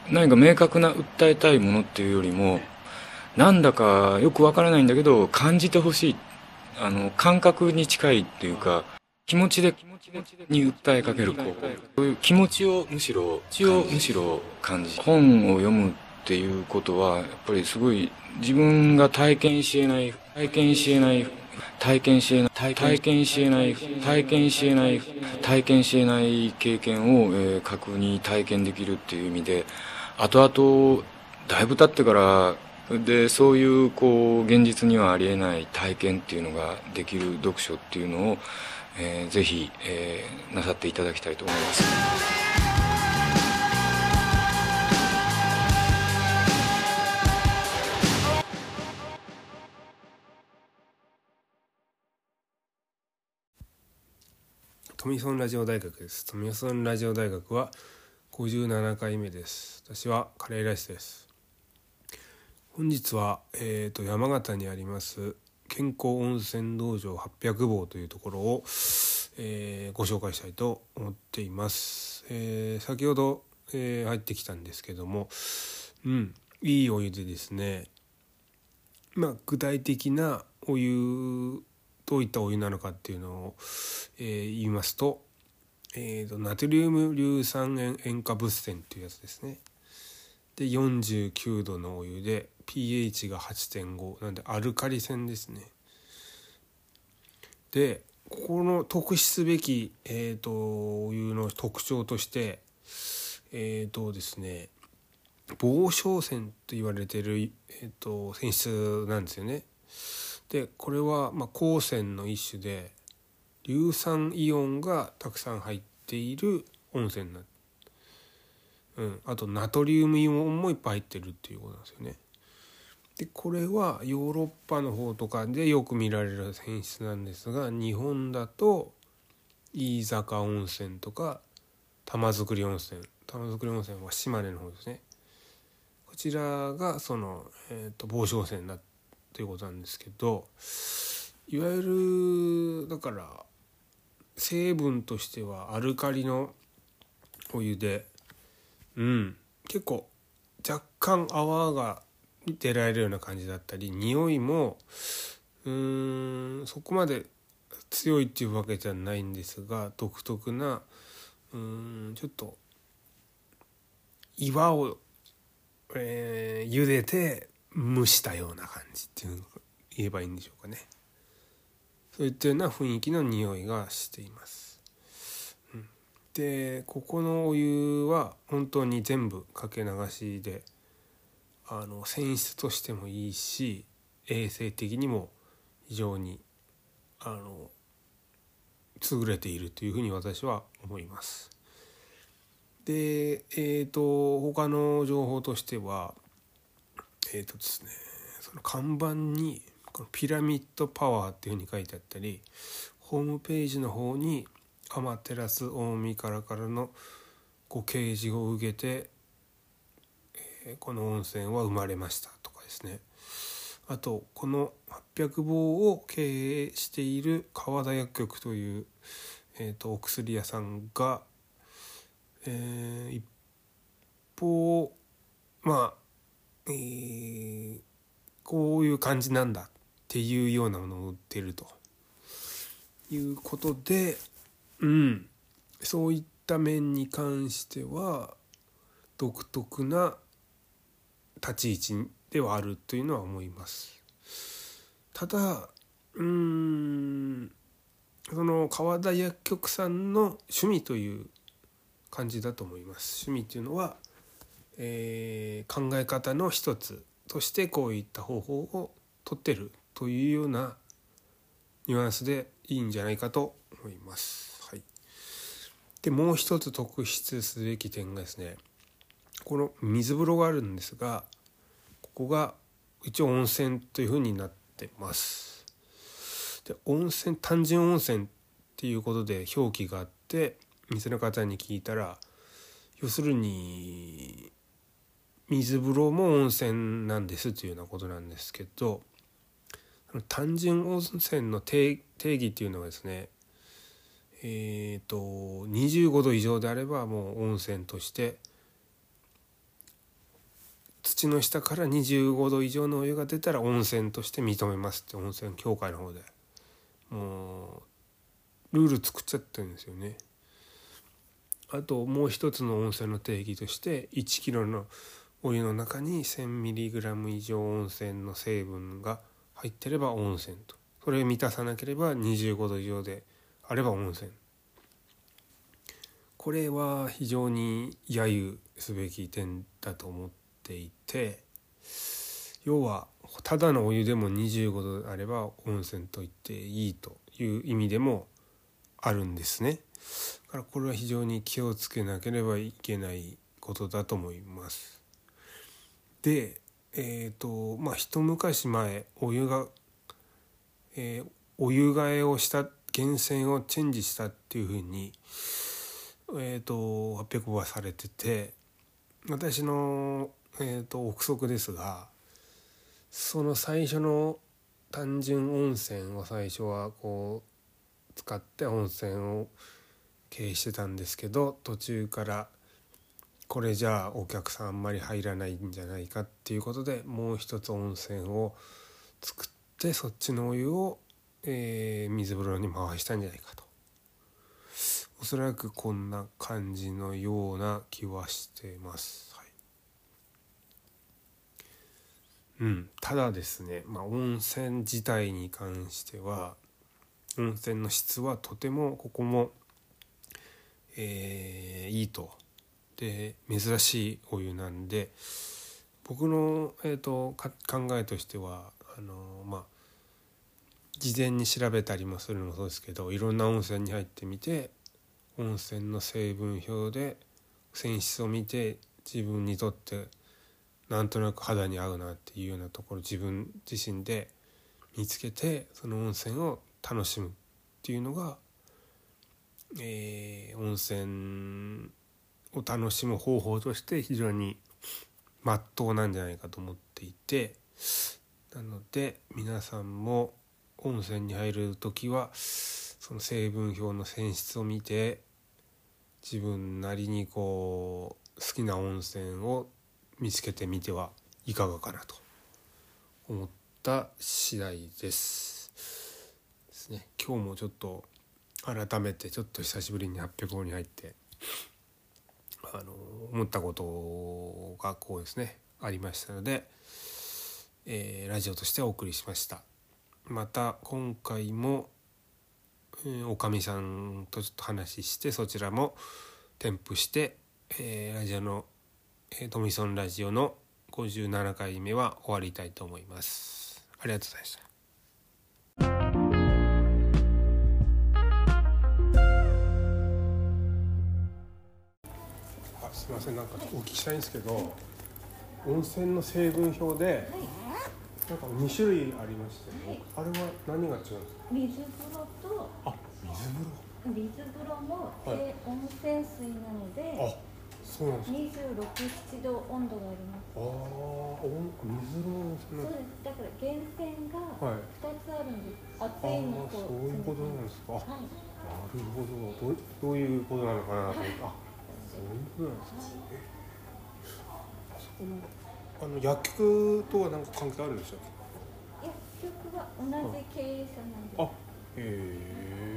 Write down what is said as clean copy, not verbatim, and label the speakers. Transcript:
Speaker 1: 何か明確な訴えたいものっていうよりも、なんだかよくわからないんだけど感じてほしい、感覚に近いっていうか、気持ちでに訴えかける、そういう気持ちをむしろ感じ、本を読むっていうことはやっぱりすごい自分が体験し得ない体験し得ない体験し得ない体験し得ない経験を、確認体験できるっていう意味で、後々だいぶ経ってからで、そういう現実にはありえない体験っていうのができる読書っていうのを、ぜひ、なさっていただきたいと思います。
Speaker 2: 富村ラジオ大学です。富村ラジオ大学は57回目です。私はカレーライスです。本日は、山形にあります健康温泉道場800号というところを、ご紹介したいと思っています。先ほど、入ってきたんですけども、いいお湯でですね、具体的なお湯、どういったお湯なのかっていうのを、言いますと、ナトリウム硫酸塩化物泉っていうやつですね。で49度のお湯で pH が 8.5 なんでアルカリ泉ですね。でここの特筆すべき、お湯の特徴としてですね、傍聴泉と言われている、泉質なんですよね。でこれは、鉱泉の一種で硫酸イオンがたくさん入っている温泉になって、あとナトリウムイオンもいっぱい入ってるっていうことなんですよね。でこれはヨーロッパの方とかでよく見られる泉質なんですが、日本だと飯坂温泉とか玉造温泉は島根の方ですね。こちらがその、傍聴泉だということなんですけど、いわゆるだから成分としてはアルカリのお湯で、結構若干泡が出られるような感じだったり、匂いもそこまで強いっていうわけじゃないんですが、独特なちょっと岩を、茹でて蒸したような感じっていうのが言えばいいんでしょうかね。そういったような雰囲気の匂いがしています。でここのお湯は本当に全部かけ流しで、泉質としてもいいし衛生的にも非常に優れているというふうに私は思います。で他の情報としてはですね、その看板にこのピラミッドパワーっていうふうに書いてあったり、ホームページの方にアマテラス大神からのご啓示を受けて、この温泉は生まれましたとかですね。あとこの800房を経営している川田薬局という、お薬屋さんが、一方こういう感じなんだっていうようなものを売ってるということで、そういった面に関しては独特な立ち位置ではあるというのは思います。ただその川田薬局さんの趣味という感じだと思います。趣味っていうのは、考え方の一つとしてこういった方法を取ってるというようなニュアンスでいいんじゃないかと思います。でもう一つ特筆すべき点がですね、この水風呂があるんですが、ここが一応温泉というふうになってます。で単純温泉っていうことで表記があって、店の方に聞いたら、要するに水風呂も温泉なんですというようなことなんですけど、単純温泉の定義っていうのはですね、25度以上であればもう温泉として土の下から25度以上のお湯が出たら温泉として認めますって温泉協会の方でもうルール作っちゃってるんですよね。あともう一つの温泉の定義として1キロのお湯の中に 1000mg 以上温泉の成分が入ってれば温泉と、それを満たさなければ25度以上であれば温泉。これは非常に揶揄すべき点だと思っていて、要はただのお湯でも25度であれば温泉と言っていいという意味でもあるんですね。だからこれは非常に気をつけなければいけないことだと思います。で、一昔前お湯替えをした源泉をチェンジしたっていうふうに、発表はされてて、私の、憶測ですが、その最初の単純温泉を最初はこう使って温泉を経営してたんですけど、途中からこれじゃあお客さんあんまり入らないんじゃないかっていうことでもう一つ温泉を作ってそっちのお湯を、水風呂に回したんじゃないかと、おそらくこんな感じのような気はしてます、ただですね、温泉自体に関しては温泉の質はとてもここも、いいと。で珍しいお湯なんで、僕の、考えとしては事前に調べたりもするのもそうですけど、いろんな温泉に入ってみて温泉の成分表で泉質を見て自分にとってなんとなく肌に合うなっていうようなところ自分自身で見つけてその温泉を楽しむっていうのが、温泉を楽しむ方法として非常に真っ当なんじゃないかと思っていて、なので皆さんも温泉に入るときはその成分表の泉質を見て自分なりにこう好きな温泉を見つけてみてはいかがかなと思った次第ですね。今日もちょっと改めてちょっと久しぶりに800号に入って思ったことがこうですねありましたので、ラジオとしてお送りしました。また今回も、おかみさんとちょっと話してそちらも添付して、ラジオの、トミソンラジオの57回目は終わりたいと思います。ありがとうございました。すみません、なんかお聞きしたいんですけど、温泉の成分表でなんか2種類ありまして、あれは何が違うんですか？
Speaker 3: 水風呂と水風呂も低温泉水なので、
Speaker 2: そうなんですか。
Speaker 3: 26、7度温度があります。
Speaker 2: 水風呂の温泉なんですか？そうです。
Speaker 3: だから源泉が2つあるんです。熱いのと
Speaker 2: そういうことなんですか。なるほど。どういうことなのかなと思って、そういうことなんですか。薬局とは何か関係あるんでしょうか？
Speaker 3: 薬局は同じ経営者なんです。